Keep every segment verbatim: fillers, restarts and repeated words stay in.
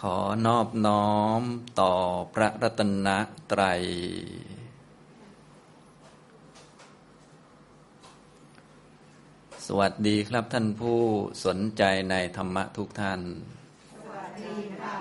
ขอนอบน้อมต่อพระรัตนตรัยสวัสดีครับท่านผู้สนใจในธรรมะทุกท่านสวัสดีค่ะ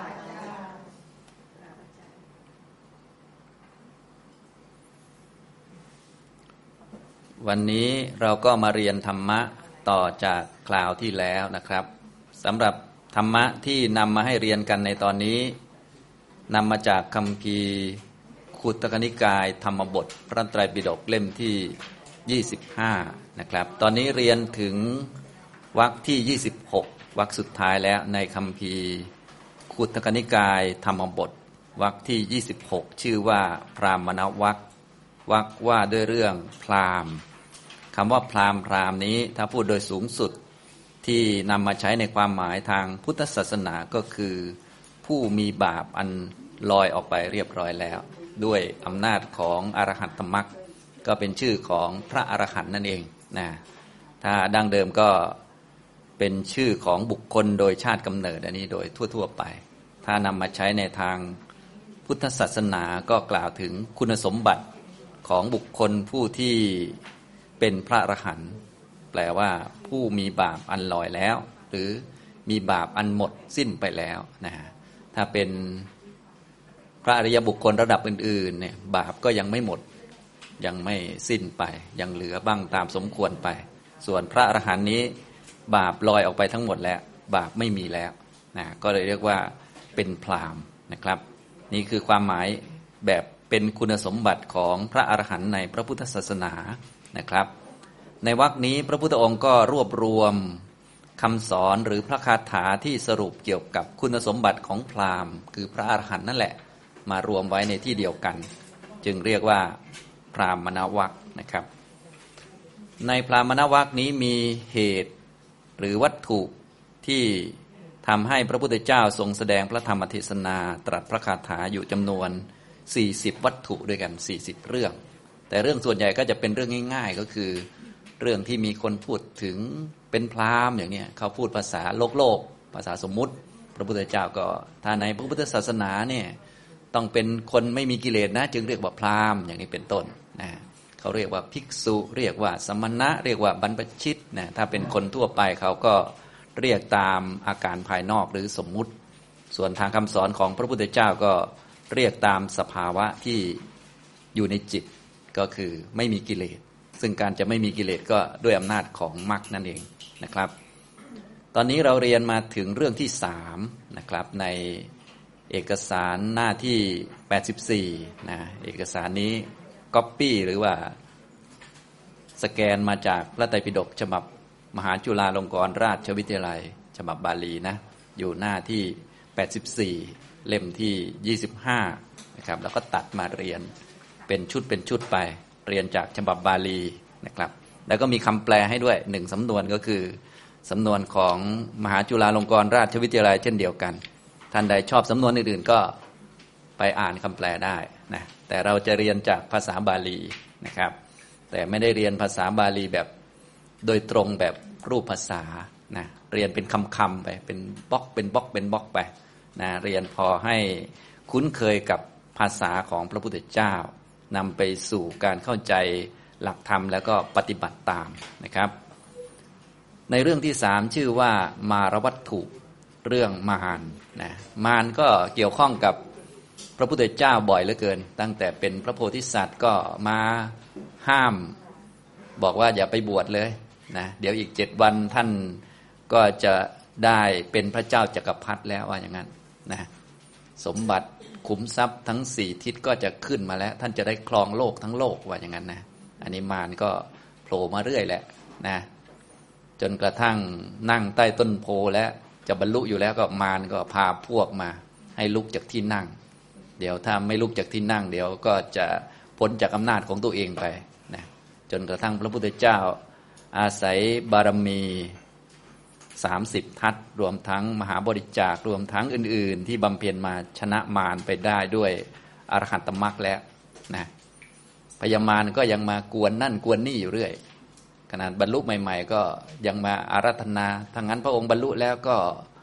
วันนี้เราก็มาเรียนธรรมะต่อจากคราวที่แล้วนะครับสำหรับธรรมะที่นำมาให้เรียนกันในตอนนี้นำมาจากคัมภีร์ขุตกนิกายธรรมบทพระไตรปิฎกเล่มที่ยี่สิบห้านะครับตอนนี้เรียนถึงวรรคที่ยี่สิบหกวรรคสุดท้ายแล้วในคัมภีร์ขุตกนิกายธรรมบทวรรคที่ยี่สิบหกชื่อว่าพราหมณวรรควรรคว่าด้วยเรื่องพราหมณ์คำว่าพราหมณ์พราหมณ์นี้ถ้าพูดโดยสูงสุดที่นำมาใช้ในความหมายทางพุทธศาสนาก็คือผู้มีบาปอันลอยออกไปเรียบร้อยแล้วด้วยอำนาจของอรหัตตมรรคก็เป็นชื่อของพระอรหันต์นั่นเองนะถ้าดั้งเดิมก็เป็นชื่อของบุคคลโดยชาติกำเนิดอันนี้โดยทั่วๆไปถ้านำมาใช้ในทางพุทธศาสนาก็กล่าวถึงคุณสมบัติของบุคคลผู้ที่เป็นพระอรหันต์แปลว่าผู้มีบาปอันลอยแล้วหรือมีบาปอันหมดสิ้นไปแล้วนะถ้าเป็นพระอริยบุคคลระดับอื่นๆเนี่ยบาปก็ยังไม่หมดยังไม่สิ้นไปยังเหลือบ้างตามสมควรไปส่วนพระอรหันต์นี้บาปลอยออกไปทั้งหมดแล้วบาปไม่มีแล้วนะก็เลยเรียกว่าเป็นพราหมณ์นะครับนี่คือความหมายแบบเป็นคุณสมบัติของพระอรหันต์ในพระพุทธศาสนานะครับในวรรคนี้พระพุทธองค์ก็รวบรวมคำสอนหรือพระคาถาที่สรุปเกี่ยวกับคุณสมบัติของพราหมณ์คือพระอรหันต์นั่นแหละมารวมไว้ในที่เดียวกันจึงเรียกว่าพราหมณวรรคนะครับในพราหมณวรรคนี้มีเหตุหรือวัตถุที่ทำให้พระพุทธเจ้าทรงแสดงพระธรรมเทศนาตรัสพระคาถาอยู่จำนวนสี่สิบวัตถุด้วยกันสี่สิบเรื่องแต่เรื่องส่วนใหญ่ก็จะเป็นเรื่องง่ายๆก็คือเรื่องที่มีคนพูดถึงเป็นพราหมณ์อย่างนี้เขาพูดภาษาโลกโลกภาษาสมมุติพระพุทธเจ้าก็ถ้าในพระพุทธศาสนาเนี่ยต้องเป็นคนไม่มีกิเลสนะจึงเรียกว่าพราหมณ์อย่างนี้เป็นต้นนะเขาเรียกว่าภิกษุเรียกว่าสมณะเรียกว่าบรรพชิตนะถ้าเป็นคนทั่วไปเขาก็เรียกตามอาการภายนอกหรือสมมุติส่วนทางคำสอนของพระพุทธเจ้าก็เรียกตามสภาวะที่อยู่ในจิตก็คือไม่มีกิเลสซึ่งการจะไม่มีกิเลสก็ด้วยอำนาจของมรรคนั่นเองนะครับตอนนี้เราเรียนมาถึงเรื่องที่สามนะครับในเอกสารหน้าที่แปดสิบสี่นะเอกสารนี้ก๊อปปี้หรือว่าสแกนมาจากพระไตรปิฎกฉบับมหาจุฬาลงกรณราชวิทยาลัยฉบับบาลีนะอยู่หน้าที่แปดสิบสี่เล่มที่ยี่สิบห้านะครับแล้วก็ตัดมาเรียนเป็นชุดเป็นชุดไปเรียนจากฉบับบาลีนะครับแล้วก็มีคำแปลให้ด้วยหนึ่งสำนวนก็คือสำนวนของมหาจุฬาลงกรณราชวิทยาลัยเช่นเดียวกันท่านใดชอบสำนวนอื่นๆก็ไปอ่านคำแปลได้นะแต่เราจะเรียนจากภาษาบาลีนะครับแต่ไม่ได้เรียนภาษาบาลีแบบโดยตรงแบบรูปภาษานะเรียนเป็นคำๆไปเป็นบล็อกเป็นบล็อกเป็นบล็อกไปนะเรียนพอให้คุ้นเคยกับภาษาของพระพุทธเจ้านำไปสู่การเข้าใจหลักธรรมแล้วก็ปฏิบัติตามนะครับในเรื่องที่สามชื่อว่ามารวัตถุเรื่องมารนะมารก็เกี่ยวข้องกับพระพุทธเจ้าบ่อยเหลือเกินตั้งแต่เป็นพระโพธิสัตว์ก็มาห้ามบอกว่าอย่าไปบวชเลยนะเดี๋ยวอีกเจ็ดวันท่านก็จะได้เป็นพระเจ้าจักรพรรดิแล้วว่าอย่างนั้นนะสมบัติขุมทรัพย์ทั้งสี่ทิศก็จะขึ้นมาแล้วท่านจะได้ครองโลกทั้งโลกว่าอย่างนั้นนะอันนี้มารก็โผล่มาเรื่อยแหละนะจนกระทั่งนั่งใต้ต้นโพแล้วจะบรรลุอยู่แล้วก็มารก็พาพวกมาให้ลุกจากที่นั่งเดี๋ยวถ้าไม่ลุกจากที่นั่งเดี๋ยวก็จะพ้นจากอำนาจของตัวเองไปนะจนกระทั่งพระพุทธเจ้าอาศัยบารมีสามสิบทัศน์รวมทั้งมหาบริจาครวมทั้งอื่นๆที่บำเพ็ญมาชนะมารไปได้ด้วยอรหัตตมรรคแล้วนะพญามารก็ยังมากวนนั่นกวนนี่อยู่เรื่อยขนาดบรรลุใหม่ๆก็ยังมาอาราธนาถ้างั้นพระองค์บรรลุแล้วก็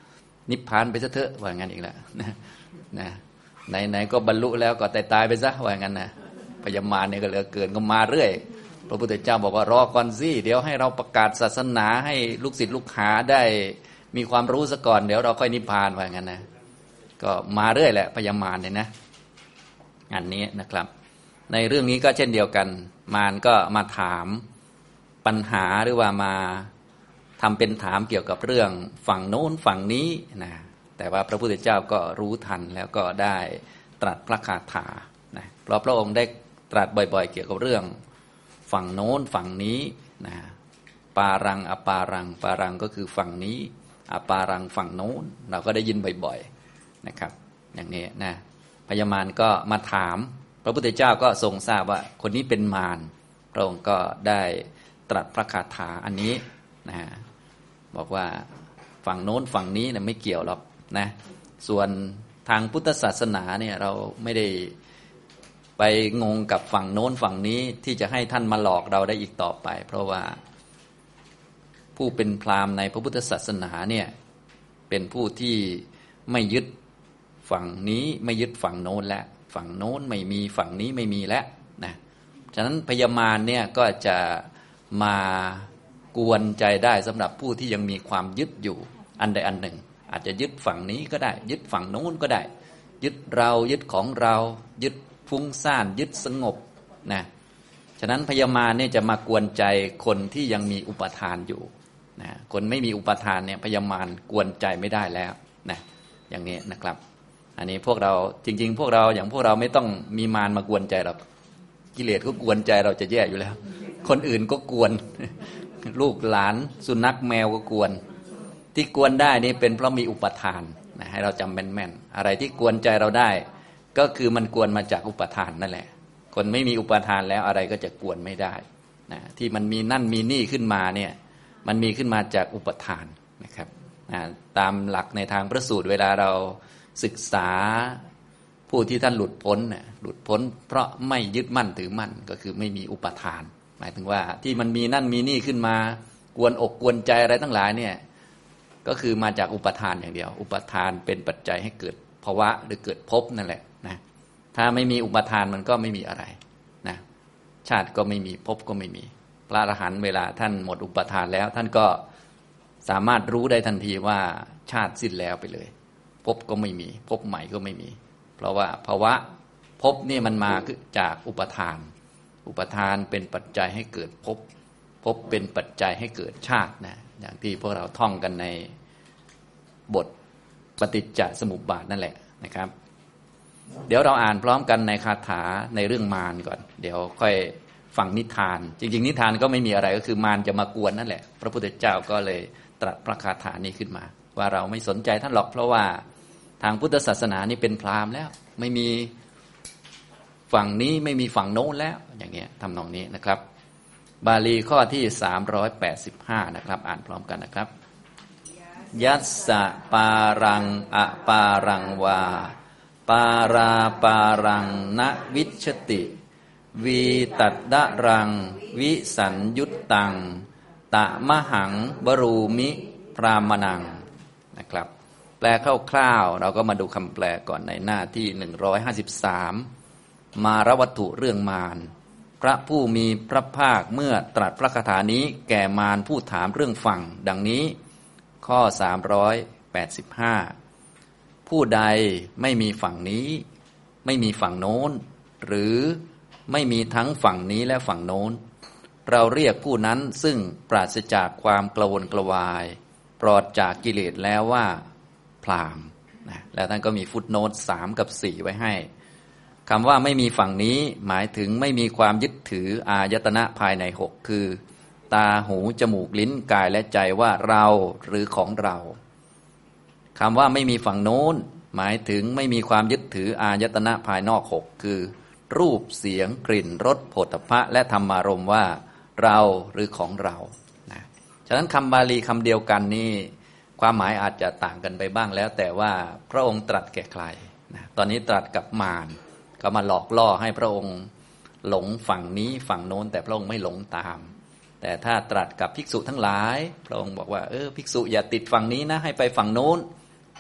นิพพานไปซะเถอะว่างั้นอีกแล้วนะนะไหนๆก็บรรลุแล้วก็ตายตายไปซะว่างั้นนะพยามารเนี่ยก็เหลือเกินก็มาเรื่อยพระพุทธเจ้าบอกว่ารอก่อนสิเดี๋ยวให้เราประกาศศาสนาให้ลูกศิษย์ลูกหาได้มีความรู้ซะก่อนเดี๋ยวเราค่อยนิพพานว่างั้นนะก็มาเรื่อยแหละพยามารเนี่ยนะอันนี้นะครับในเรื่องนี้ก็เช่นเดียวกันมารก็มาถามปัญหาหรือว่ามาทำเป็นถามเกี่ยวกับเรื่องฝั่งโน้นฝั่งนี้นะแต่ว่าพระพุทธเจ้าก็รู้ทันแล้วก็ได้ตรัสพระคาถานะเพราะพระองค์ได้ตรัสบ่อยๆเกี่ยวกับเรื่องฝั่งโน้นฝั่งนี้นะปารังอปารังปารังก็คือฝั่งนี้อปารังฝั่งโน้นเราก็ได้ยินบ่อยๆนะครับอย่างนี้นะพญามารก็มาถามพระพุทธเจ้าก็ทรงทราบว่าคนนี้เป็นมารพระองค์ก็ได้ตรัสพระคาถาอันนี้นะบอกว่าฝั่งโน้นฝั่งนี้นะไม่เกี่ยวหรอกนะส่วนทางพุทธศาสนาเนี่ยเราไม่ได้ไปงงกับฝั่งโน้นฝั่งนี้ที่จะให้ท่านมาหลอกเราได้อีกต่อไปเพราะว่าผู้เป็นพราหมณ์ในพระพุทธศาสนาเนี่ยเป็นผู้ที่ไม่ยึดฝั่งนี้ไม่ยึดฝั่งโน้นและฝั่งโน้นไม่มีฝั่งนี้ไม่มีแล้วนะฉะนั้นพญามารเนี่ยก็จะมากวนใจได้สำหรับผู้ที่ยังมีความยึดอยู่อันใดอันหนึ่งอาจจะยึดฝั่งนี้ก็ได้ยึดฝั่งโน้นก็ได้ยึดเรายึดของเรายึดฟุ้งซ่านยึดสงบนะฉะนั้นพญามารเนี่ยจะมากวนใจคนที่ยังมีอุปทานอยู่นะคนไม่มีอุปทานเนี่ยพญามารกวนใจไม่ได้แล้วนะอย่างนี้นะครับอันนี้พวกเราจริงๆพวกเราอย่างพวกเราไม่ต้องมีมารมากวนใจหรอกกิเลสก็กวนใจเราจะแย่อยู่แล้วคนอื่นก็กวนลูกหลานสุนัขแมวก็กวนที่กวนได้นี่เป็นเพราะมีอุปทานนะให้เราจำแม่นๆอะไรที่กวนใจเราได้ก็คือมันกวนมาจากอุปทานนั่นแหละคนไม่มีอุปทานแล้วอะไรก็จะกวนไม่ได้นะที่มันมีนั่นมีนี่ขึ้นมาเนี่ยมันมีขึ้นมาจากอุปทานนะครับนะตามหลักในทางพระสูตรเวลาเราศึกษาผู้ที่ท่านหลุดพ้นเนี่ยหลุดพ้นเพราะไม่ยึดมั่นถือมั่นก็คือไม่มีอุปทานหมายถึงว่าที่มันมีนั่นมีนี่ขึ้นมากวนอกกวนใจอะไรทั้งหลายเนี่ยก็คือมาจากอุปทานอย่างเดียวอุปทานเป็นปัจจัยให้เกิดภาวะหรือเกิดภพนั่นแหละนะถ้าไม่มีอุปทานมันก็ไม่มีอะไรนะชาติก็ไม่มีภพก็ไม่มีพระอรหันต์เวลาท่านหมดอุปทานแล้วท่านก็สามารถรู้ได้ทันทีว่าชาติสิ้นแล้วไปเลยภพก็ไม่มีภพใหม่ก็ไม่มีเพราะว่าภาวะภพนี่มันมาจากอุปทานอุปทานเป็นปัจจัยให้เกิดภพภพเป็นปัจจัยให้เกิดชาตินะอย่างที่พวกเราท่องกันในบทปฏิจจสมุปบาทนั่นแหละนะครับเดี๋ยวเราอ่านพร้อมกันในคาถาในเรื่องมารก่อนเดี๋ยวค่อยฟังนิทานจริงๆนิทานก็ไม่มีอะไรก็คือมารจะมากวนนั่นแหละพระพุทธเจ้าก็เลยตรัสพระคาถานี้ขึ้นมาว่าเราไม่สนใจท่านหรอกเพราะว่าทางพุทธศาสนานี่เป็นพราหมณ์แล้วไม่มีฝั่งนี้ไม่มีฝั่งโน้นแล้วอย่างเงี้ยทำนองนี้นะครับบาลีข้อที่สามร้อยแปดสิบห้านะครับอ่านพร้อมกันนะครับยัสสะปารังอปารังวาปาราปารังนวิชติวีตัดดะรังวิสัญยุตตังตะมหังบรูมิพรามนังนะครับแปลคร่าวๆเราก็มาดูคำแปลก่อนในหน้าที่หนึ่งร้อยห้าสิบสามมารวัตถุเรื่องมารพระผู้มีพระภาคเมื่อตรัสพระคาถานี้แก่มารผู้ถามเรื่องฝั่งดังนี้ข้อสามร้อยแปดสิบห้าผู้ใดไม่มีฝั่งนี้ไม่มีฝั่งโน้นหรือไม่มีทั้งฝั่งนี้และฝั่งโน้นเราเรียกผู้นั้นซึ่งปราศจากความกระวนกระวายปลอดจากกิเลสแล้วว่าพราหมณ์นะแล้วท่านก็มีฟุตโนตสามกับสี่ไว้ให้คำว่าไม่มีฝั่งนี้หมายถึงไม่มีความยึดถืออายตนะภายในหกคือตาหูจมูกลิ้นกายและใจว่าเราหรือของเราคำว่าไม่มีฝั่งโน้นหมายถึงไม่มีความยึดถืออายตนะภายนอกหกคือรูปเสียงกลิ่นรสโผฏฐัพพะและธรรมารมณ์ว่าเราหรือของเรานะฉะนั้นคำบาลีคำเดียวกันนี่ความหมายอาจจะต่างกันไปบ้างแล้วแต่ว่าพระองค์ตรัสแก่ใครนะตอนนี้ตรัสกับมารก็มาหลอกล่อให้พระองค์หลงฝั่งนี้ฝั่งโน้นแต่พระองค์ไม่หลงตามแต่ถ้าตรัสกับภิกษุทั้งหลายพระองค์บอกว่าเออภิกษุอย่าติดฝั่งนี้นะให้ไปฝั่งโน้น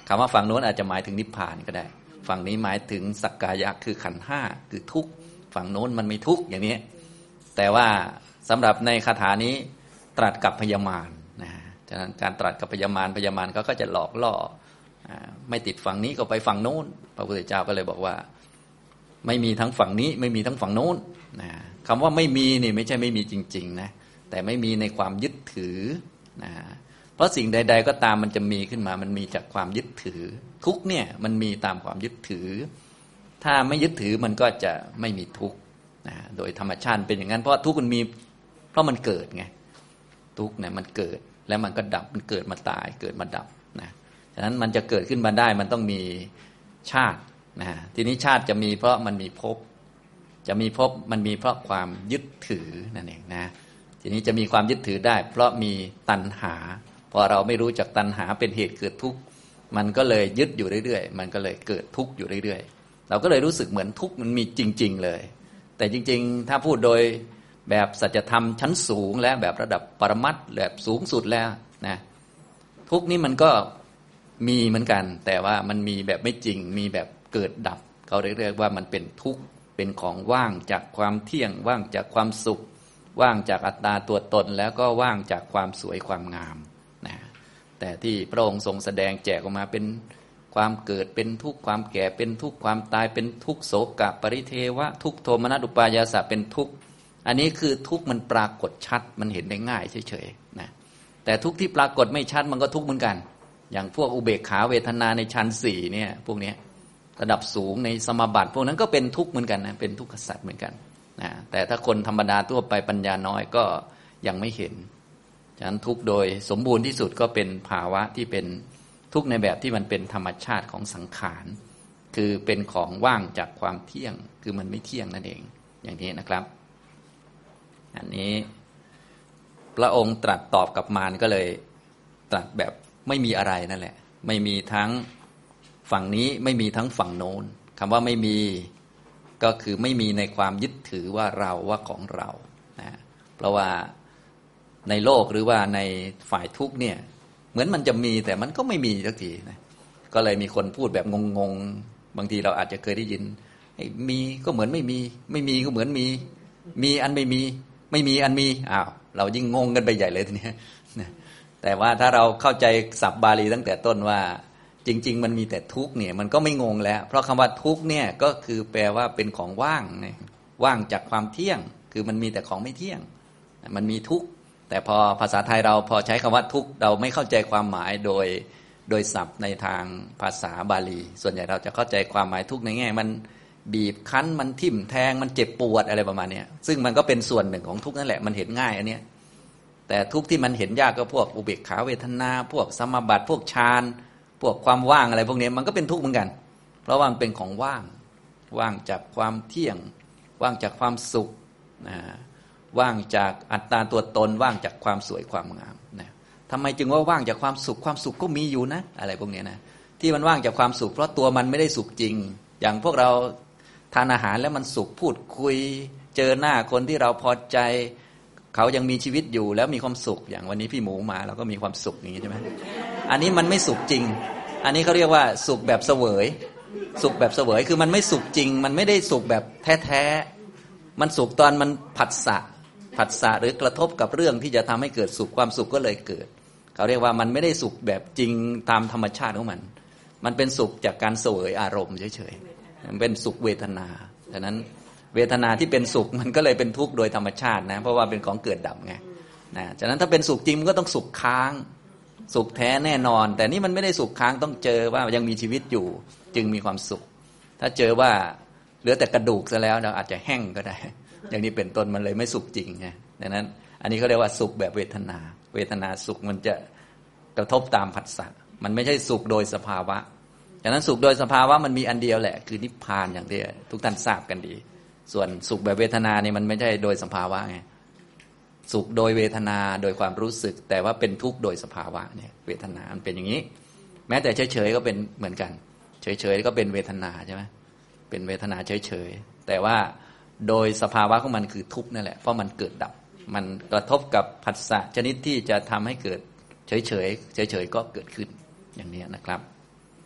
คำว่าฝั่งโน้นอาจจะหมายถึงนิพพานก็ได้ฝั่งนี้หมายถึงสักกายะคือขันธ์ห้าคือทุกข์ฝั่งโน้นมันไม่ทุกข์อย่างนี้แต่ว่าสำหรับในคาถานี้ตรัสกับพญามารนะฉะนั้นการตรัสกับพญามารพญามารเขาก็จะหลอกล่อไม่ติดฝั่งนี้ก็ไปฝั่งโน้นพระพุทธเจ้าก็เลยบอกว่าไม่มีทั้งฝั่งนี้ไม่มีทั้งฝั่งโน้นนะคำว่าไม่มีนี่ไม่ใช่ไม่มีจริงๆนะแต่ไม่มีในความยึดถือนะเพราะสิ่งใดๆก็ตามมันจะมีขึ้นมามันมีจากความยึดถือทุกเนี่ยมันมีตามความยึดถือถ้าไม่ยึดถือมันก็จะไม่มีทุกข์นะโดยธรรมชาติเป็นอย่างนั้นเพราะทุกข์มันมีเพราะมันเกิดไงทุกข์เนี่ยมันเกิดแล้วมันก็ดับมันเกิดมาตายเกิดมาดับนะฉะนั้นมันจะเกิดขึ้นมาได้มันต้องมีชาตินะทีนี้ชาติจะมีเพราะมันมีภพจะมีภพมันมีเพราะความยึดถือนั่นเองนะทีนี้จะมีความยึดถือได้เพราะมีตัณหาพอเราไม่รู้จักตัณหาเป็นเหตุเกิดทุกข์มันก็เลยยึดอยู่เรื่อยๆมันก็เลยเกิดทุกข์อยู่เรื่อยๆเราก็เลยรู้สึกเหมือนทุกข์มันมีจริงๆเลยแต่จริงๆถ้าพูดโดยแบบสัจธรรมชั้นสูงและแบบระดับปรมัตถ์แบบสูงสุดแล้วนะทุกข์นี้มันก็มีเหมือนกันแต่ว่ามันมีแบบไม่จริงมีแบบเกิดดับเขาเรียกว่ามันเป็นทุกข์เป็นของว่างจากความเที่ยงว่างจากความสุขว่างจากอัตตาตัวตนแล้วก็ว่างจากความสวยความงามนะแต่ที่พระองค์ทรงแสดงแจกออกมาเป็นความเกิดเป็นทุกข์ความแก่เป็นทุกข์ความตายเป็นทุกข์โศกปริเทวะทุกขโทมนัสอุปายาสะเป็นทุกข์อันนี้คือทุกข์มันปรากฏชัดมันเห็นได้ง่ายเฉยๆนะแต่ทุกข์ที่ปรากฏไม่ชัดมันก็ทุกข์เหมือนกันอย่างพวกอุเบกขาเวทนาในชั้นสี่เนี่ยพวกนี้ระดับสูงในสมาบัติพวกนั้นก็เป็นทุกข์เหมือนกันนะเป็นทุกขสัจเหมือนกันนะแต่ถ้าคนธรรมดาทั่วไปปัญญาน้อยก็ยังไม่เห็นฉะนั้นทุกข์โดยสมบูรณ์ที่สุดก็เป็นภาวะที่เป็นทุกข์ในแบบที่มันเป็นธรรมชาติของสังขารคือเป็นของว่างจากความเที่ยงคือมันไม่เที่ยงนั่นเองอย่างนี้นะครับอันนี้พระองค์ตรัสตอบกับมารก็เลยตรัสแบบไม่มีอะไรนั่นแหละไม่มีทั้งฝั่งนี้ไม่มีทั้งฝั่งโน้นคำว่าไม่มีก็คือไม่มีในความยึดถือว่าเราว่าของเรานะเพราะว่าในโลกหรือว่าในฝ่ายทุกข์เนี่ยเหมือนมันจะมีแต่มันก็ไม่มีสักทีนะก็เลยมีคนพูดแบบงงๆบางทีเราอาจจะเคยได้ยินมีก็เหมือนไม่มีไม่มีก็เหมือนมีมีอันไม่มีไม่มีอันมีอ้าวเรายิ่งงงกันไปใหญ่เลยทีนี้แต่ว่าถ้าเราเข้าใจศัพท์บาลีตั้งแต่ต้นว่าจริงๆมันมีแต่ทุกข์เนี่ยมันก็ไม่งงแล้วเพราะคำว่าทุกข์เนี่ยก็คือแปลว่าเป็นของว่างว่างจากความเที่ยงคือมันมีแต่ของไม่เที่ยงมันมีทุกข์แต่พอภาษาไทยเราพอใช้คำว่าทุกข์เราไม่เข้าใจความหมายโดยโดยศัพท์ในทางภาษาบาลีส่วนใหญ่เราจะเข้าใจความหมายทุกข์ในแง่มันบีบคั้นมันทิ่มแทงมันเจ็บปวดอะไรประมาณนี้ซึ่งมันก็เป็นส่วนหนึ่งของทุกข์นั่นแหละมันเห็นง่ายอันเนี้ยแต่ทุกข์ที่มันเห็นยากก็พวกอุเบกขาเวทนาพวกสมาบัติพวกฌานพวกความว่างอะไรพวกนี้มันก็เป็นทุกข์เหมือนกันเพราะว่ามันเป็นของว่างว่างจากความเที่ยงว่างจากความสุขนะว่างจากอัตตาตัวตนว่างจากความสวยความงามนะทำไมจึงว่าว่างจากความสุขความสุขก็มีอยู่นะอะไรพวกนี้นะที่มันว่างจากความสุขเพราะตัวมันไม่ได้สุขจริงอย่างพวกเราทานอาหารแล้วมันสุขพูดคุยเจอหน้าคนที่เราพอใจเขายังมีชีวิตอยู่แล้วมีความสุขอย่างวันนี้พี่หมูมาเราก็มีความสุขอย่างนี้ใช่ไหมอันนี้มันไม่สุขจริงอันนี้เขาเรียกว่าสุขแบบเสวยสุขแบบเสวยคือมันไม่สุขจริงมันไม่ได้สุขแบบแท้ๆมันสุขตอนมันผัสสะผัสสะหรือกระทบกับเรื่องที่จะทำให้เกิดสุขความสุขก็เลยเกิดเขาเรียกว่ามันไม่ได้สุขแบบจริงตามธรรมชาติของมันมันเป็นสุขจากการเสวยอารมณ์เฉยๆมันเป็นสุขเวทนาดังนั้นเวทนาที่เป็นสุขมันก็เลยเป็นทุกข์โดยธรรมชาตินะเพราะว่าเป็นของเกิดดับไงนะฉะนั้นถ้าเป็นสุขจริงมันก็ต้องสุขค้างสุขแท้แน่นอนแต่นี่มันไม่ได้สุขค้างต้องเจอว่ายังมีชีวิตอยู่จึงมีความสุขถ้าเจอว่าเหลือแต่กระดูกซะแล้วเราอาจจะแห้งก็ได้อย่างนี้เป็นต้นมันเลยไม่สุขจริงไงดังนั้นอันนี้เขาเรียกว่าสุขแบบเวทนาเวทนาสุขมันจะกระทบตามผัสสะมันไม่ใช่สุขโดยสภาวะฉะนั้นสุขโดยสภาวะมันมีอันเดียวแหละคือนิพพานอย่างที่ทุกท่านทราบกันดีส่วนสุขแบบเวทนานี่มันไม่ใช่โดยสภาวะไงสุขโดยเวทนาโดยความรู้สึกแต่ว่าเป็นทุกข์โดยสภาวะเนี่ยเวทนามันเป็นอย่างนี้แม้แต่เฉยๆก็เป็นเหมือนกันเฉยๆก็เป็นเวทนาใช่ไหมเป็นเวทนาเฉยๆแต่ว่าโดยสภาวะของมันคือทุกข์นั่นแหละเพราะมันเกิดดับมันกระทบกับผัสสะชนิดที่จะทำให้เกิดเฉยๆเฉยๆก็เกิดขึ้นอย่างนี้นะครับ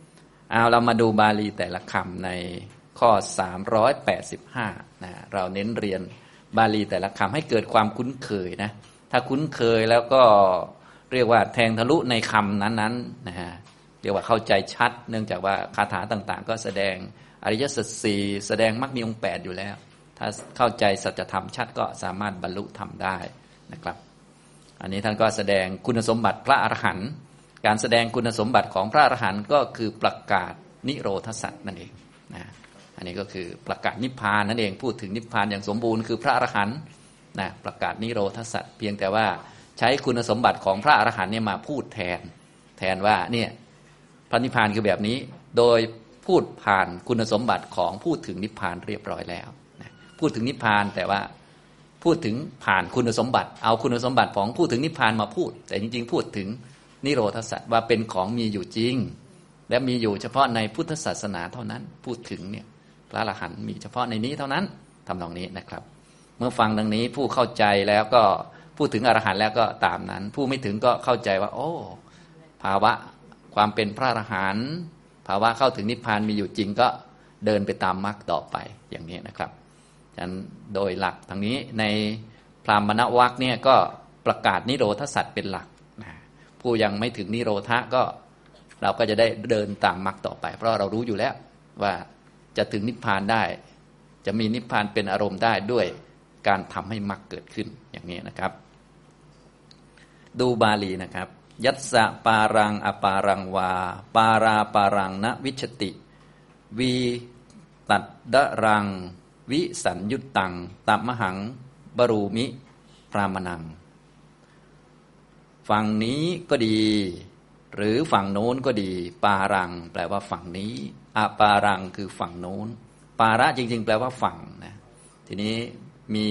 เอาเรามาดูบาลีแต่ละคำในข้อสามร้อยแปดสิบห้านะเราเน้นเรียนบาลีแต่ละคำให้เกิดความคุ้นเคยนะถ้าคุ้นเคยแล้วก็เรียกว่าแทงทะลุในคำนั้นๆนะฮะเรียกว่าเข้าใจชัดเนื่องจากว่าคาถาต่างๆก็แสดงอริยสัจสี่แสดงมรรคมีองค์แปดอยู่แล้วถ้าเข้าใจสัจธรรมชัดก็สามารถบรรลุธรรมได้นะครับอันนี้ท่านก็แสดงคุณสมบัติพระอรหันต์การแสดงคุณสมบัติของพระอรหันต์ก็คือประกาศนิโรธสัจนั่นเองนะอันนี้ก็คือประกาศนิพพานนั่นเองพูดถึงนิพพานอย่างสมบูรณ์คือพระอรหันต์นะประกาศนิโรธสัจเพียงแต่ว่าใช้คุณสมบัติของพระอรหันต์เนี่ยมาพูดแทนแทนว่าเนี่ยพระนิพพานคือแบบนี้โดยพูดผ่านคุณสมบัติของพูดถึงนิพพานเรียบร้อยแล้วนะพูดถึงนิพพานแต่ว่าพูดถึงผ่านคุณสมบัติเอาคุณสมบัติของพูดถึงนิพพานมาพูดแต่จริงๆพูดถึงนิโรธสัจว่าเป็นของมีอยู่จริงและมีอยู่เฉพาะในพุทธศาสนาเท่านั้นพูดถึงเนี่ยพระอรหันต์มีเฉพาะในนี้เท่านั้นทำนองนี้นะครับเมื่อฟังดังนี้ผู้เข้าใจแล้วก็พูดถึงอรหันต์แล้วก็ตามนั้นผู้ไม่ถึงก็เข้าใจว่าโอ้ภาวะความเป็นพระอรหันต์ภาวะเข้าถึงนิพพานมีอยู่จริงก็เดินไปตามมรรคต่อไปอย่างนี้นะครับฉะนั้นโดยหลักทางนี้ในพราหมณวรรคเนี่ยก็ประกาศนิโรธสัจเป็นหลักนะผู้ยังไม่ถึงนิโรธะก็เราก็จะได้เดินตามมรรคต่อไปเพราะเรารู้อยู่แล้วว่าจะถึงนิพพานได้จะมีนิพพานเป็นอารมณ์ได้ด้วยการทำให้มรรคเกิดขึ้นอย่างนี้นะครับดูบาลีนะครับยัสสะปารังอปารังวาปาราปารังนวิชติวีตัดดรังวิสัญยุตตังตัมมหังบรูมิพรามนังฝั่งนี้ก็ดีหรือฝั่งโน้นก็ดีปารังแปลว่าฝั่งนี้อปารังคือฝั่งโน้นปาระจริงๆแปลว่าฝั่งนะทีนี้มี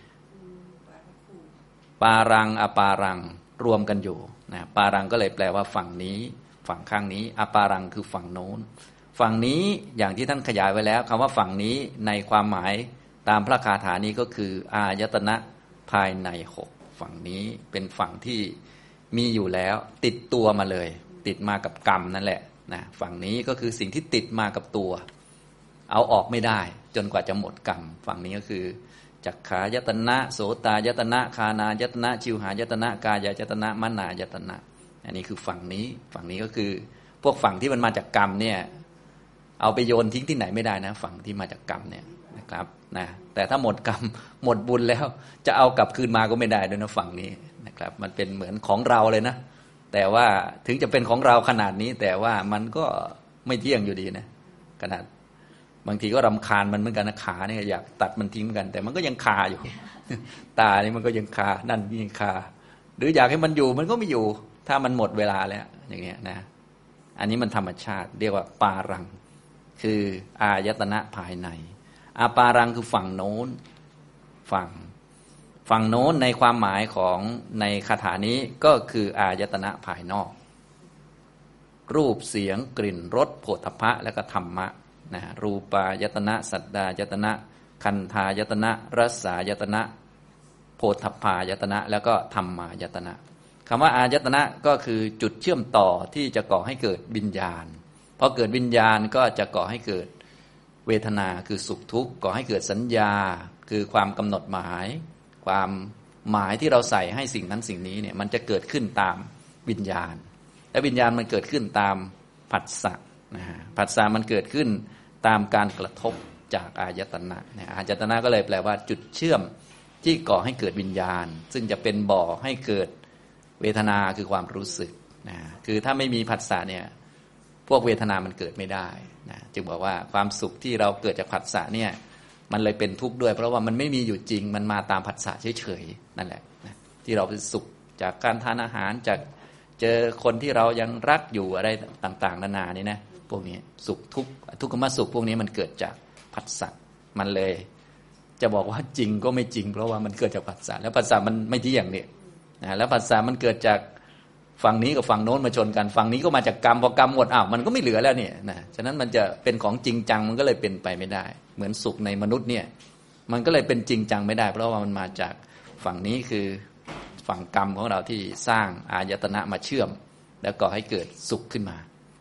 ปารังอปารังรวมกันอยู่นะปารังก็เลยแปลว่าฝั่งนี้ฝั่งข้างนี้อปารังคือฝั่งโน้นฝั่งนี้อย่างที่ท่านขยายไว้แล้วคำว่าฝั่งนี้ในความหมายตามพระคาถานี้ก็คืออายตนะภายในหกฝั่งนี้เป็นฝั่งที่มีอยู่แล้วติดตัวมาเลยติดมากับกรรมนั่นแหละนะฝั่งนี้ก็คือสิ่งที่ติดมากับตัวเอาออกไม่ได้จนกว่าจะหมดกรรมฝั่งนี้ก็คือจักขายตนะโสตายตนะคานายตนะชิวหายตนะกายายตนะมนายตนะอันนี้คือฝั่งนี้ฝั่งนี้ก็คือพวกฝั่งที่มันมาจากกรรมเนี่ยเอาไปโยนทิ้งที่ไหนไม่ได้นะฝั่งที่มาจากกรรมเนี่ยนะครับนะแต่ถ้าหมดกรรมหมดบุญแล้วจะเอากลับคืนมาก็ไม่ได้ด้วยนะฝั่งนี้นะครับมันเป็นเหมือนของเราเลยนะแต่ว่าถึงจะเป็นของเราขนาดนี้แต่ว่ามันก็ไม่เที่ยงอยู่ดีนะขนาดบางทีก็รำคาญมันเหมือนกันนะขาเนี่ยอยากตัดมันทิ้งเหมือนกันแต่มันก็ยังคาอยู่ตานี่มันก็ยังคานั่นยังคาหรืออยากให้มันอยู่มันก็ไม่อยู่ถ้ามันหมดเวลาแล้วอย่างเงี้ยนะอันนี้มันธรรมชาติเรียกว่าปารังคืออายตนะภายในอาปารังคือฝั่งโน้นฝั่งฝั่งโน้นในความหมายของในคาถานี้ก็คืออายตนะภายนอกรูปเสียงกลิ่นรสโผฏฐัพพะและก็ธรรมะนะรูปายตนะสัทธายตนะคันธายตนะรสายตนะโผฏฐัพพายตนะแล้วก็ธรรมายตนะคำว่าอายตนะก็คือจุดเชื่อมต่อที่จะก่อให้เกิดวิญญาณพอเกิดวิญญาณก็จะก่อให้เกิดเวทนาคือสุขทุกข์ก่อให้เกิดสัญญาคือความกำหนดหมายความหมายที่เราใส่ให้สิ่งนั้นสิ่งนี้เนี่ยมันจะเกิดขึ้นตามวิญญาณและวิญญาณมันเกิดขึ้นตามผัสสะนะฮะผัสสะมันเกิดขึ้นตามการกระทบจากอายตนะนะอายตนะก็เลยแปลว่าจุดเชื่อมที่ก่อให้เกิดวิญญาณซึ่งจะเป็นบ่อให้เกิดเวทนาคือความรู้สึกนะคือถ้าไม่มีผัสสะเนี่ยพวกเวทนามันเกิดไม่ได้นะจึงบอกว่าความสุขที่เราเกิดจากผัสสะเนี่ยมันเลยเป็นทุกข์ด้วยเพราะว่ามันไม่มีอยู่จริงมันมาตามผัสสะเฉยๆนั่นแหละนะที่เราเป็นสุขจากการทานอาหารจากเจอคนที่เรายังรักอยู่อะไรต่างๆนานานี่นะพวกนี้สุขทุกข์ทุกขมสุขพวกนี้มันเกิดจากผัสสะมันเลยจะบอกว่าจริงก็ไม่จริงเพราะว่ามันเกิดจากผัสสะแล้วผัสสะมันไม่เที่ยงเนี่ยนะแล้วผัสสะมันเกิดจากฝั่งนี้กับฝั่งโน้นมาชนกันฝั่งนี้ก็มาจากกรรมพอกรรมหมดอ้าวมันก็ไม่เหลือแล้วเนี่ยนะฉะนั้นมันจะเป็นของจริงจังมันก็เลยเป็นไปไม่ได้เหมือนสุขในมนุษย์เนี่ยมันก็เลยเป็นจริงจังไม่ได้เพราะว่ามันมาจากฝั่งนี้คือฝั่งกรรมของเราที่สร้างอายตนะมาเชื่อมแล้วก็ให้เกิดสุขขึ้นมานะ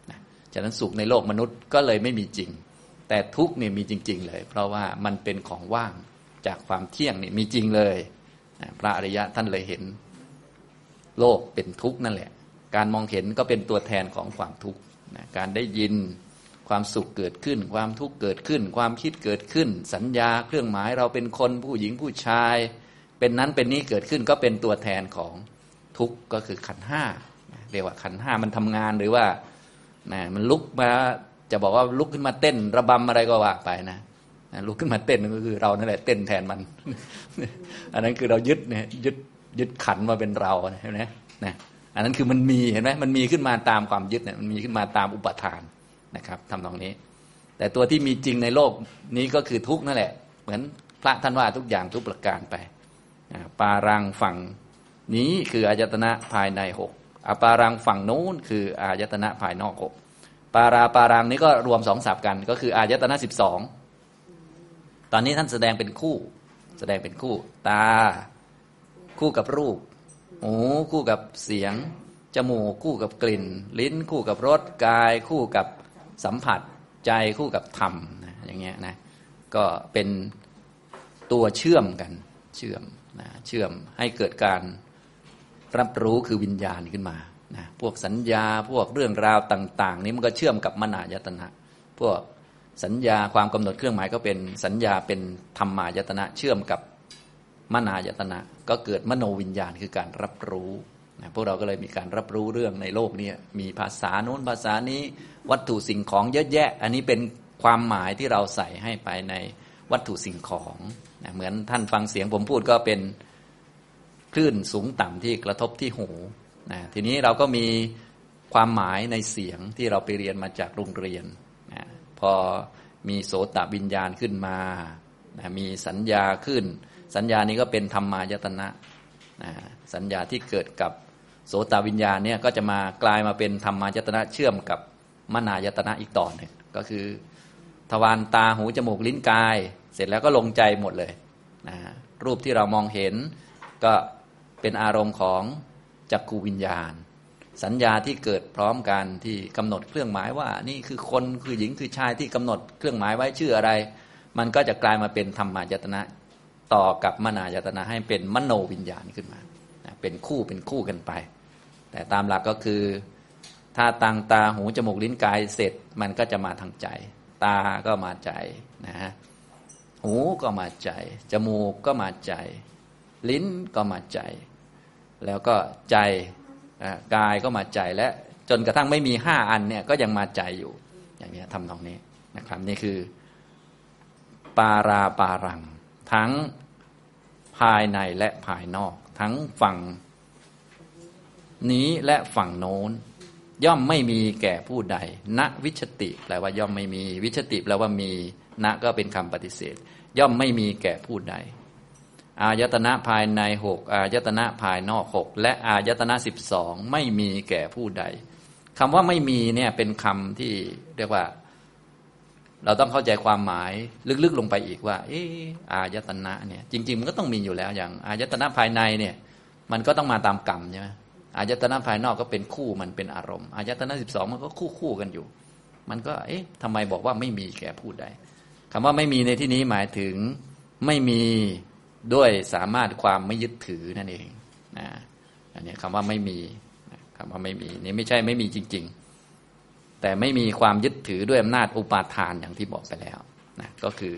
ฉะนั้นสุขในโลกมนุษย์ก็เลยไม่มีจริงแต่ทุกข์เนี่ยมีจริงๆเลยเพราะว่ามันเป็นของว่างจากความเที่ยงนี่มีจริงเลยพระอริยะท่านเลยเห็นโลกเป็นทุกข์นั่นแหละการมองเห็นก็เป็นตัวแทนของความทุกข์การได้ยินความสุขเกิดขึ้นความทุกข์เกิดขึ้นความคิดเกิดขึ้นสัญญาเครื่องหมายเราเป็นคนผู้หญิงผู้ชายเป็นนั้นเป็นนี้เกิดขึ้นก็เป็นตัวแทนของทุกข์ก็คือขันธ์ห้าเรียกว่าขันธ์ห้ามันทำงานหรือว่านะมันลุกมาจะบอกว่าลุกขึ้นมาเต้นระบำอะไรก็ว่าไปนะลุกขึ้นมาเต้นก็คือเรานั่นแหละเต้นแทนมันอันนั้นคือเรายึดเนี่ยยึดยึดขันมาเป็นเราเห็นไหมนะอันนั้นคือมันมีเห็นไหมมันมีขึ้นมาตามความยึดเนี่ยมันมีขึ้นมาตามอุปทานนะครับทำตรงนี้แต่ตัวที่มีจริงในโลกนี้ก็คือทุกข์นั่นแหละเหมือนพระท่านว่าทุกอย่างทุกประการไปปารังฝั่งนี้คืออายตนะภายในหกอปารังฝั่งโน้นคืออายตนะภายนอกหกปาราปารังนี้ก็รวมสองศัพท์กันก็คืออายตนะสิบสองตอนนี้ท่านแสดงเป็นคู่แสดงเป็นคู่ตาคู่กับรูปหูคู่กับเสียงจมูกคู่กับกลิ่นลิ้นคู่กับรสกายคู่กับสัมผัสใจคู่กับธรรมนะอย่างเงี้ยนะก็เป็นตัวเชื่อมกันเชื่อมนะเชื่อมให้เกิดการรับรู้คือวิญญาณขึ้นมานะพวกสัญญาพวกเรื่องราวต่างๆนี้มันก็เชื่อมกับมนายตนะพวกสัญญาความกำหนดเครื่องหมายก็เป็นสัญญาเป็นธรรมายตนะเชื่อมกับมนายตนะก็เกิดมโนวิญญาณคือการรับรู้นะพวกเราก็เลยมีการรับรู้เรื่องในโลกนี้มีภาษาโน้นภาษานี้วัตถุสิ่งของเยอะแยะอันนี้เป็นความหมายที่เราใส่ให้ไปในวัตถุสิ่งของนะเหมือนท่านฟังเสียงผมพูดก็เป็นคลื่นสูงต่ำที่กระทบที่หูนะทีนี้เราก็มีความหมายในเสียงที่เราไปเรียนมาจากโรงเรียนนะพอมีโสตวิญญาณขึ้นมานะมีสัญญาขึ้นสัญญานี้ก็เป็นธรรมายตนะนะสัญญาที่เกิดกับโสตวิญญาณเนี่ยก็จะมากลายมาเป็นธรรมายตนะเชื่อมกับมนายตนะอีกต่อหนึ่งก็คือทวารตาหูจมูกลิ้นกายเสร็จแล้วก็ลงใจหมดเลยนะรูปที่เรามองเห็นก็เป็นอารมณ์ของจักขุวิญญาณสัญญาที่เกิดพร้อมกันที่กำหนดเครื่องหมายว่านี่คือคนคือหญิงคือชายที่กำหนดเครื่องหมายไว้ชื่ออะไรมันก็จะกลายมาเป็นธรรมายตนะต่อกับมนายตนะให้เป็นมโนวิญญาณขึ้นมาเป็นคู่เป็นคู่กันไปแต่ตามหลักก็คือถ้าตังตาหูจมูกลิ้นกายเสร็จมันก็จะมาทางใจตาก็มาใจนะหูก็มาใจจมูกก็มาใจลิ้นก็มาใจแล้วก็ใจกายก็มาใจและจนกระทั่งไม่มีห้าอันเนี่ยก็ยังมาใจอยู่อย่างนี้ทำตรงนี้นะครับนี่คือปาราปารังทั้งภายในและภายนอกทั้งฝั่งนี้และฝั่งโน้นย่อมไม่มีแก่ผู้ใดณวิชติแปลว่าย่อมไม่มีวิชติแปลว่ามีณก็เป็นคำปฏิเสธย่อมไม่มีแก่ผู้ใดอายตนะภายในหกอายตนะภายนอกหกและอายตนะสิบสองไม่มีแก่ผู้ใดคำว่าไม่มีเนี่ยเป็นคำที่เรียกว่าเราต้องเข้าใจความหมายลึกๆลงไปอีกว่าเอออายตนะเนี่ยจริงๆมันก็ต้องมีอยู่แล้วอย่างอายตนะภายในเนี่ยมันก็ต้องมาตามกรรมใช่ไหมอายตนะภายนอกก็เป็นคู่มันเป็นอารมณ์อายตนะสิบสองมันก็คู่คู่กันอยู่มันก็เอ๊ะทำไมบอกว่าไม่มีแก่ผู้ใดคำว่าไม่มีในที่นี้หมายถึงไม่มีด้วยสามารถความไม่ยึดถือนั่นเองนะอันนี้คำว่าไม่มีคำว่าไม่มีนี่ไม่ใช่ไม่มีจริงๆแต่ไม่มีความยึดถือด้วยอำนาจอุปาทานอย่างที่บอกไปแล้วนะก็คือ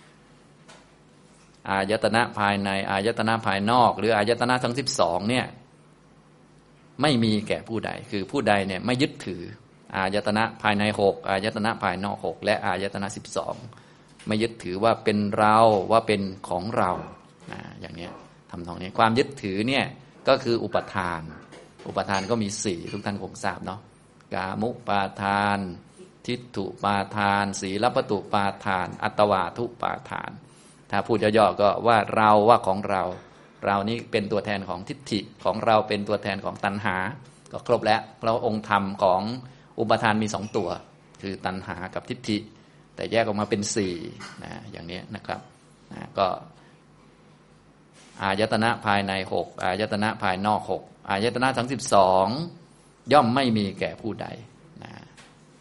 อายตนะภายในอายตนะภายนอกหรืออายตนะทั้งสิบสองเนี่ยไม่มีแก่ผู้ใดคือผู้ใดเนี่ยไม่ยึดถืออายตนะภายในหกอายตนะภายนอกหกและอายตนะสิบสองไม่ยึดถือว่าเป็นเราว่าเป็นของเรานะอย่างนี้ทำตรงนี้ความยึดถือเนี่ยก็คืออุปทานอุปทานก็มีสี่ทุกท่านคงทราบเนาะกามุปาทานทิฏฐุปาทานสีลปตุปาทานอัตวาทุปาทานถ้าพูดย่อๆก็ว่าเราว่าของเราเรานี้เป็นตัวแทนของทิฏฐิของเราเป็นตัวแทนของตัณหาก็ครบแล้วเพราะองค์ธรรมของอุปทานมีสองตัวคือตัณหากับทิฏฐิแต่แยกออกมาเป็นสี่นะอย่างนี้นะครับนะก็อายตนะภายในหกอายตนะภายนอกหกอายตนะทั้งสิบสองย่อมไม่มีแก่ผู้ใดนะ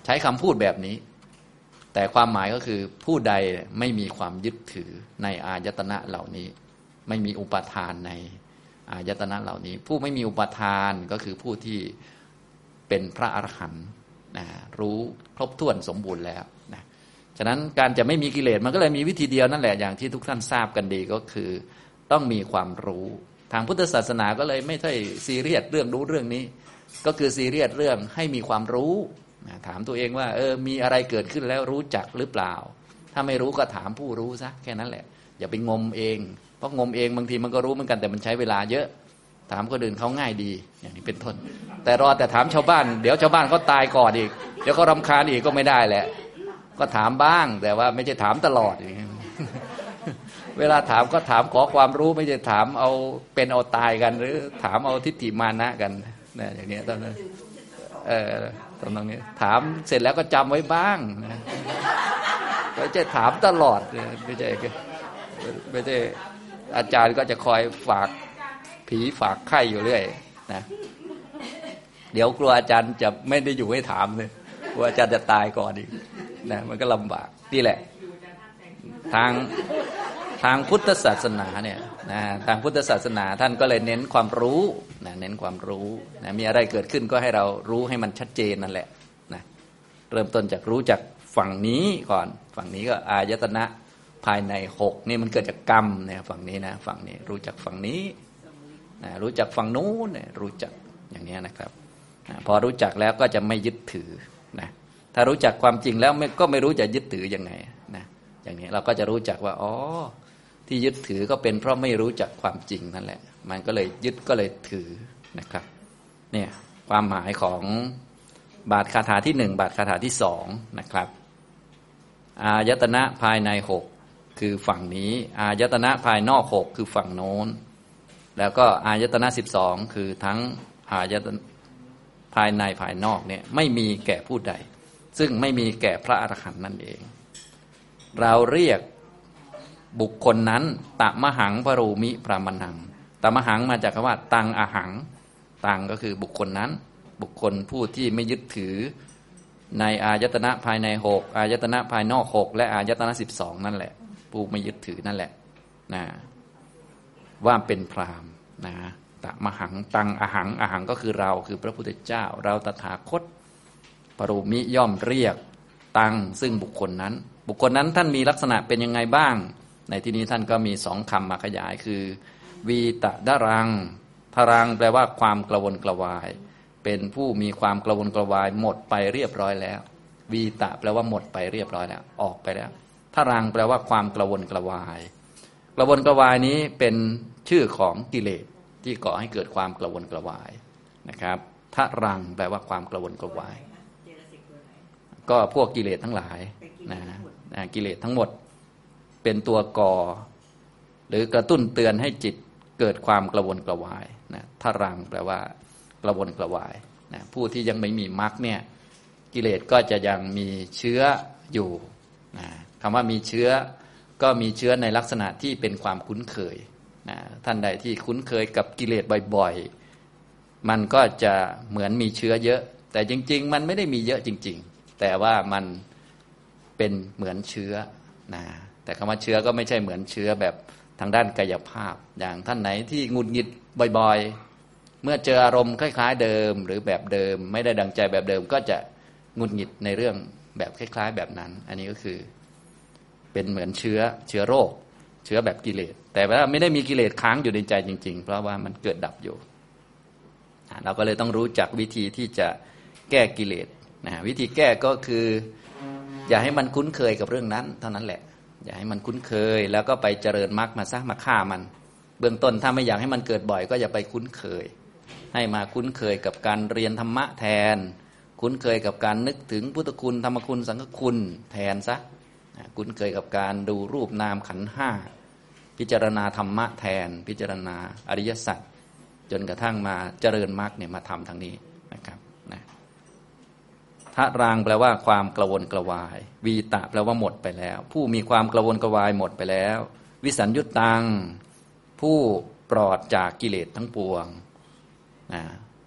ใช้คำพูดแบบนี้แต่ความหมายก็คือผู้ใดไม่มีความยึดถือในอายตนะเหล่านี้ไม่มีอุปทานในอายตนะเหล่านี้ผู้ไม่มีอุปทานก็คือผู้ที่เป็นพระอรหันต์นะรู้ครบถ้วนสมบูรณ์แล้วนะฉะนั้นการจะไม่มีกิเลสมันก็เลยมีวิธีเดียวนั่นแหละอย่างที่ทุกท่านทราบกันดีก็คือต้องมีความรู้ทางพุทธศาสนาก็เลยไม่ใช่ซีเรียสเรื่องรู้เรื่องนี้ก็คือซีเรียสเรื่องให้มีความรู้นะถามตัวเองว่าเออมีอะไรเกิดขึ้นแล้วรู้จักหรือเปล่าถ้าไม่รู้ก็ถามผู้รู้ซะแค่นั้นแหละอย่าไปงมเองเพราะงมเองบางทีมันก็รู้เหมือนกันแต่มันใช้เวลาเยอะถามคนอื่นเขาง่ายดีอย่างนี้เป็นต้นแต่รอแต่ถามชาวบ้านเดี๋ยวชาวบ้านเขาตายก่อนอีกเดี๋ยวเขารำคาญอีกก็ไม่ได้แหละก็ถามบ้างแต่ว่าไม่ใช่ถามตลอดอย่างนี้เวลาถามก็ถามขอความรู้ไม่ใช่ถามเอาเป็นเอาตายกันหรือถามเอาทิฏฐิมานะกันนะอย่างนี้ตอนนั้นเออตอนนี้ถามเสร็จแล้วก็จำไว้บ้างนะไม่ใช่ถามตลอดไม่ใช่ไม่ใช่อาจารย์ก็จะคอยฝากผีฝากไข่อยู่เรื่อยนะเดี๋ยวกลัวอาจารย์จะไม่ได้อยู่ให้ถามเลยกลัวอาจารย์จะตายก่อนอีกนะมันก็ลำบากนี่แหละทางทางพุทธศาสนาเนี่ยนะทางพุทธศาสนาท่านก็เลยเน้นความรู้นะเน้นความรู้นะมีอะไรเกิดขึ้นก็ให้เรารู้ให้มันชัดเจนนั่นแหละนะเริ่มต้นจากรู้จากฝั่งนี้ก่อนฝั่งนี้ก็อายตนะภายในหกนี่มันเกิดจากกรรมเนี่ยฝั่งนี้นะฝั่งนี้รู้จักฝั่งนี้นะรู้จักฝั่งนู้นเนี่ยรู้จักอย่างนี้นะครับนะพอรู้จักแล้วก็จะไม่ยึดถือนะถ้ารู้จักความจริงแล้วไม่ก็ไม่รู้จะยึดถือยังไงนะอย่างนี้เราก็จะรู้จักว่าอ๋อที่ยึดถือก็เป็นเพราะไม่รู้จักความจริงนั่นแหละมันก็เลยยึดก็เลยถือนะครับเนี่ยความหมายของบาทคาถาที่หนึ่งบาทคาถาที่สองนะครับอายตนะภายในหกคือฝั่งนี้อายตนะภายนอกหกคือฝั่งโน้นแล้วก็อายตนะสิบสองคือทั้งอายตนะภายในภายนอกเนี่ยไม่มีแก่ผู้ใดซึ่งไม่มีแก่พระอรหันต์นั่นเองเราเรียกบุคคลนั้นตะมหังพรูมิพรามนังตะมหังมาจากคำว่าตังอหังตังก็คือบุคคลนั้นบุคคลผู้ที่ไม่ยึดถือในอายตนะภายในหกอายตนะภายนอกหกและอายตนะสิบสองนั่นแหละผู้ไม่ยึดถือนั่นแหละนะว่าเป็นพราหมณ์นะตะมหังตังอหังอหังก็คือเราคือพระพุทธเจ้าเราตถาคตปรูมิย่อมเรียกตังซึ่งบุคคลนั้นบุคคลนั้นท่านมีลักษณะเป็นยังไงบ้างในที่นี้ท่านก็มีสองคำมาขยายคือวีตะดารังทรังแปลว่าความกระวนกระวายเป็นผู้มีความกระวนกระวายหมดไปเรียบร้อยแล้ววีตะแปลว่าหมดไปเรียบร้อยแล้วออกไปแล้วทรังแปลว่าความกระวนกระวายกระวนกระวายนี้เป็นชื่อของกิเลสที่ก่อให้เกิดความกระวนกระวายนะครับทรังแปลว่าความกระวนกระวายก็พวกกิเลสทั้งหลายนะนะกิเลสทั้งหมดเป็นตัวก่อหรือกระตุ้นเตือนให้จิตเกิดความกระวนกระวายนะทรังแปลว่ากระวนกระวายนะผู้ที่ยังไม่มีมรรคเนี่ยกิเลสก็จะยังมีเชื้ออยู่นะคำว่ามีเชื้อก็มีเชื้อในลักษณะที่เป็นความคุ้นเคยนะท่านใดที่คุ้นเคยกับกิเลสบ่อยๆมันก็จะเหมือนมีเชื้อเยอะแต่จริงๆมันไม่ได้มีเยอะจริงๆแต่ว่ามันเป็นเหมือนเชื้อนะแต่คำว่าเชื้อก็ไม่ใช่เหมือนเชื้อแบบทางด้านกายภาพอย่างท่านไหนที่หงุดหงิดบ่อยๆเมื่อเจออารมณ์คล้ายๆเดิมหรือแบบเดิมไม่ได้ดังใจแบบเดิมก็จะหงุดหงิดในเรื่องแบบคล้ายๆแบบนั้นอันนี้ก็คือเป็นเหมือนเชื้อเชื้อโรคเชื้อแบบกิเลสแต่ว่าไม่ได้มีกิเลสค้างอยู่ในใจจริงๆเพราะว่ามันเกิดดับอยู่เราก็เลยต้องรู้จักวิธีที่จะแก้กิเลสนะวิธีแก้ก็คืออย่าให้มันคุ้นเคยกับเรื่องนั้นเท่านั้นแหละอย่าให้มันคุ้นเคยแล้วก็ไปเจริญมรรคมาซะมาฆ่ามันเบื้องต้นถ้าไม่อยากให้มันเกิดบ่อยก็อย่าไปคุ้นเคยให้มาคุ้นเคยกับการเรียนธรรมะแทนคุ้นเคยกับการนึกถึงพุทธคุณธรรมคุณสังฆคุณแทนซะคุ้นเคยกับการดูรูปนามขันธ์ห้าพิจารณาธรรมะแทนพิจารณาอริยสัจจนกระทั่งมาเจริญมรรคเนี่ยมาทำทางนี้นะครับนะทะรังแปลว่าความกระวนกระวายวีตะแปลว่าหมดไปแล้วผู้มีความกระวนกระวายหมดไปแล้ววิสัญญุตตังผู้ปลอดจากกิเลสทั้งปวงนะ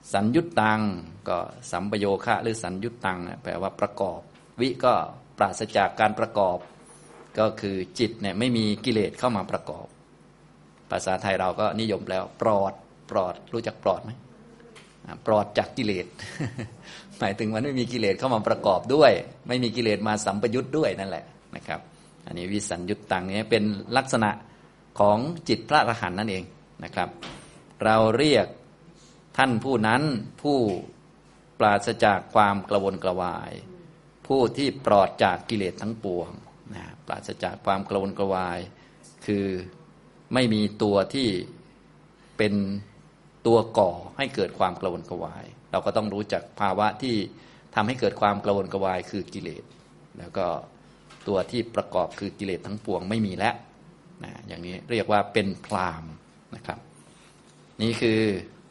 สัญยุตตังก็สัมปโยคะหรือสัญยุตตังแปลว่าประกอบวิก็ปราศจากการประกอบก็คือจิตเนี่ยไม่มีกิเลสเข้ามาประกอบภาษาไทยเราก็นิยมแล้วปลอดปลอดรู้จักปลอดไหมปลอดจากกิเลส หมายถึงมันไม่มีกิเลสเข้ามาประกอบด้วยไม่มีกิเลสมาสัมปยุตด้วยนั่นแหละนะครับอันนี้วิสัญยุตตังนี้เป็นลักษณะของจิตพระอรหันต์นั่นเองนะครับเราเรียกท่านผู้นั้นผู้ปราศจากความกระวนกระวายผู้ที่ปลอดจากกิเลสทั้งปวงนะปราศจากความกระวนกระวายคือไม่มีตัวที่เป็นตัวก่อให้เกิดความกระวนกระวายเราก็ต้องรู้จักภาวะที่ทำให้เกิดความกระวนกระวายคือกิเลสแล้วก็ตัวที่ประกอบคือกิเลสทั้งปวงไม่มีแล้วนะอย่างนี้เรียกว่าเป็นพราหมณ์นะครับนี่คือ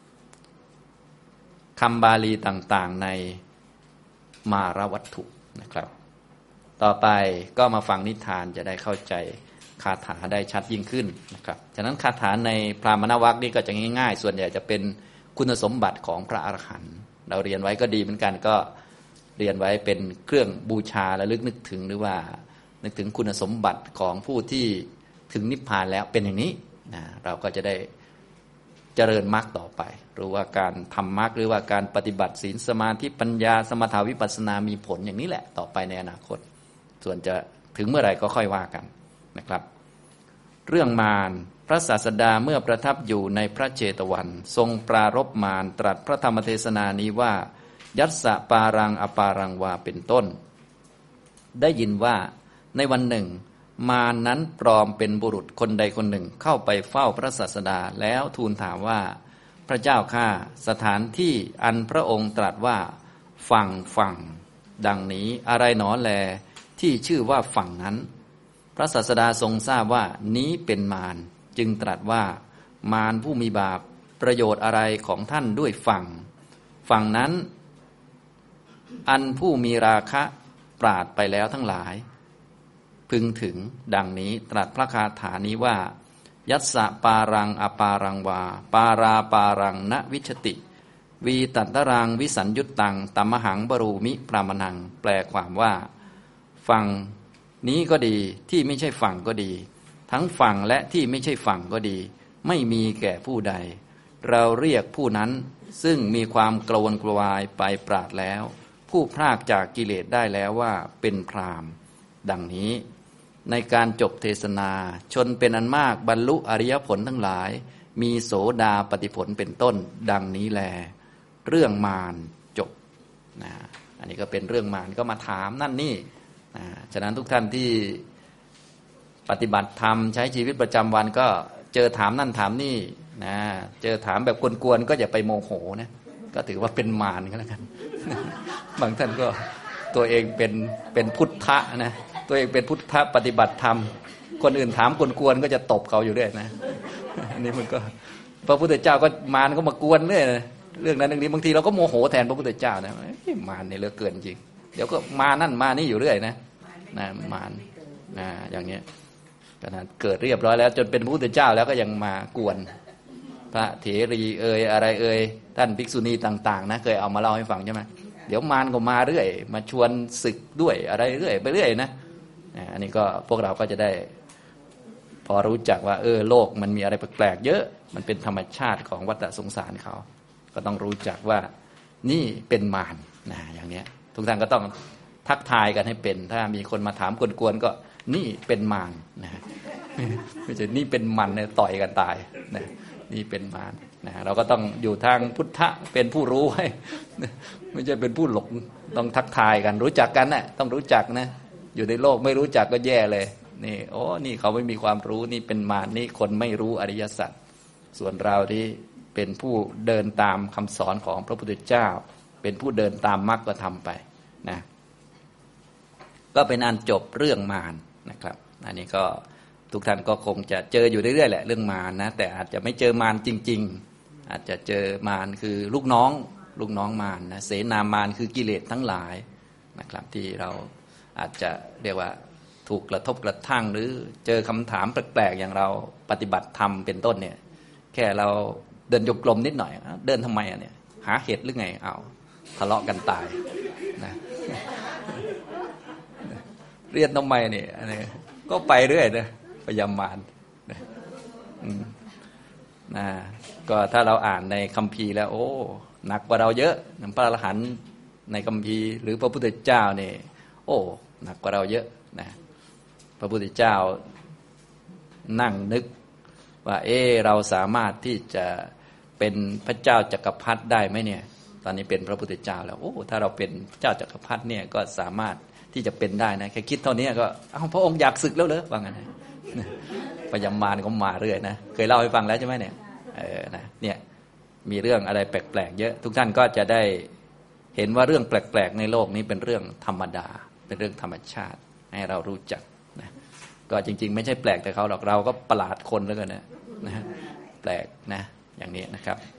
คำบาลีต่างๆในมารวัตถุนะครับต่อไปก็มาฟังนิทานจะได้เข้าใจคาถาได้ชัดยิ่งขึ้นนะครับฉะนั้นคาถาในพราหมณวรรคนี่ก็จะง่ายๆส่วนใหญ่จะเป็นคุณสมบัติของพระอรหันต์เราเรียนไว้ก็ดีเหมือนกันก็เรียนไว้เป็นเครื่องบูชาระลึกนึกถึงหรือว่านึกถึงคุณสมบัติของผู้ที่ถึงนิพพานแล้วเป็นอย่างนี้นะเราก็จะได้เจริญมรรคต่อไปหรือว่าการทำมรรคหรือว่าการปฏิบัติศีลสมาธิปัญญาสมถาวิปัสสนามีผลอย่างนี้แหละต่อไปในอนาคตส่วนจะถึงเมื่อไหร่ก็ค่อยว่ากันนะครับเรื่องมารพระศาสดาเมื่อประทับอยู่ในพระเจตวันทรงปรารภมารตรัสพระธรรมเทศนานี้ว่ายัสสะปารังอปารังวาเป็นต้นได้ยินว่าในวันหนึ่งมารนั้นปลอมเป็นบุรุษคนใดคนหนึ่งเข้าไปเฝ้าพระศาสดาแล้วทูลถามว่าพระเจ้าข้าสถานที่อันพระองค์ตรัสว่าฝั่งฝั่งดังนี้อะไรหนอแลที่ชื่อว่าฝั่งนั้นพระศาสดาทรงทราบว่านี้เป็นมารจึงตรัสว่ามารผู้มีบาปประโยชน์อะไรของท่านด้วยฝั่งฝั่งนั้นอันผู้มีราคะปราดไปแล้วทั้งหลายพึงถึงดังนี้ตรัสพระคาถานี้ว่ายัสสะปารังอปารังวาปาราปารังณวิชติวีตัตตรังวิสัญยุตตังตัมมหังบรูมิพรามนังแปลความว่าฝั่งนี้ก็ดีที่ไม่ใช่ฝั่งก็ดีทั้งฝั่งและที่ไม่ใช่ฝั่งก็ดีไม่มีแก่ผู้ใดเราเรียกผู้นั้นซึ่งมีความกระวนกระวายไปปราดแล้วผู้พรากจากกิเลสได้แล้วว่าเป็นพราหมณ์ดังนี้ในการจบเทศนาชนเป็นอันมากบรรลุอริยผลทั้งหลายมีโสดาปฏิผลเป็นต้นดังนี้แลเรื่องมารจบนะอันนี้ก็เป็นเรื่องมารก็มาถามนั่นนี่นะฉะนั้นทุกท่านที่ปฏิบัติธรรมใช้ชีวิตประจำวันก็เจอถามนั่นถามนี่นะเจอถามแบบกวนๆก็อย่าไปโมโหนะก็ถือว่าเป็นมารก็แล้วกัน บางท่านก็ตัวเองเป็นเป็นพุทธะนะตัวเองเป็นพุทธะปฏิบัติธรรมคนอื่นถามกวนๆก็จะตบเขาอยู่เรื่อยนะอันนี้มันก็พระพุทธเจ้าก็มารก็มากวนเรื่อยนะเรื่องนั้นเรื่องนี้บางทีเราก็โมโหแทนพระพุทธเจ้านะมารเนี่ยเหลือเกินจริงเดี๋ยวก็มานั่นมานี่อยู่เรื่อยนะนะมารนะอย่างเงี้ยขนาดเกิดเรียบร้อยแล้วจนเป็นพระพุทธเจ้าแล้วก็ยังมากวนพระเถรีเอ่ยอะไรเอ่ยท่านภิกษุณีต่างๆนะเคยเอามาเล่าให้ฟังใช่ไหมเดี๋ยวมารก็มาเรื่อยมาชวนศึกด้วยอะไรเรื่อยไปเรื่อยนะอันนี้ก็พวกเราก็จะได้พอรู้จักว่าเออโลกมันมีอะไรแปลกๆเยอะมันเป็นธรรมชาติของวัฏสงสารเขาก็ต้องรู้จักว่านี่เป็นมารนะอย่างเนี้ยทุกท่านก็ต้องทักทายกันให้เป็นถ้ามีคนมาถามกวนๆก็นี่เป็นมารนะไม่ใช่นี่เป็นมันเนี่ยต่อยกันตายนะนี่เป็นมารนะเราก็ต้องอยู่ทางพุทธะเป็นผู้รู้ให้ไม่ใช่เป็นผู้หลงต้องทักทายกันรู้จักกันนะต้องรู้จักนะอยู่ในโลกไม่รู้จักก็แย่เลยนี่โอ้นี่เขาไม่มีความรู้นี่เป็นมารนี่คนไม่รู้อริยสัจส่วนเราที่เป็นผู้เดินตามคำสอนของพระพุทธเจ้าเป็นผู้เดินตามมรรคก็ทำไปนะก็เป็นอันจบเรื่องมารนะครับอันนี้ก็ทุกท่านก็คงจะเจออยู่เรื่อยๆแหละเรื่องมารนะแต่อาจจะไม่เจอมารจริงๆอาจจะเจอมารคือลูกน้องลูกน้องมารนะเสนามารคือกิเลสทั้งหลายนะครับที่เราอาจจะเรียกว่าถูกกระทบกระทั่งหรือเจอคำถามแปลกๆอย่างเราปฏิบัติธรรมเป็นต้นเนี่ยแค่เราเดินโยกลมนิดหน่อยเดินทำไมอ่ะเนี่ยหาเห็ดหรือไงเอาทะเลาะกันตายนะเรียนทำไมเนี่ยอะไรก็ไปเรื่อยนะพยายามมารนะนะก็ถ้าเราอ่านในคัมภีร์แล้วโอ้หนักกว่าเราเยอะพระอรหันต์ในคัมภีร์หรือพระพุทธเจ้าเนี่ยโอ้หนักกว่าเราเยอะนะพระพุทธเจ้านั่งนึกว่าเออเราสามารถที่จะเป็นพระเจ้าจักรพรรดิได้ไหมเนี่ยตอนนี้เป็นพระพุทธเจ้าแล้วโอ้ถ้าเราเป็นพระเจ้าจักรพรรดิเนี่ยก็สามารถที่จะเป็นได้นะแค่คิดเท่านี้ก็เอ้าพระองค์อยากศึกแล้วเหรอว่างั้นนะพยามารก็มาเรื่อยนะเคยเล่าให้ฟังแล้วใช่ไหมเนี่ยเออนะเนี่ยมีเรื่องอะไรแปลกๆเยอะทุกท่านก็จะได้เห็นว่าเรื่องแปลกๆในโลกนี้เป็นเรื่องธรรมดาเป็นเรื่องธรรมชาติให้เรารู้จักนะก็จริงๆไม่ใช่แปลกแต่เขาหรอกเราก็ประหลาดคนแล้วกันนะนะแปลกนะอย่างนี้นะครับ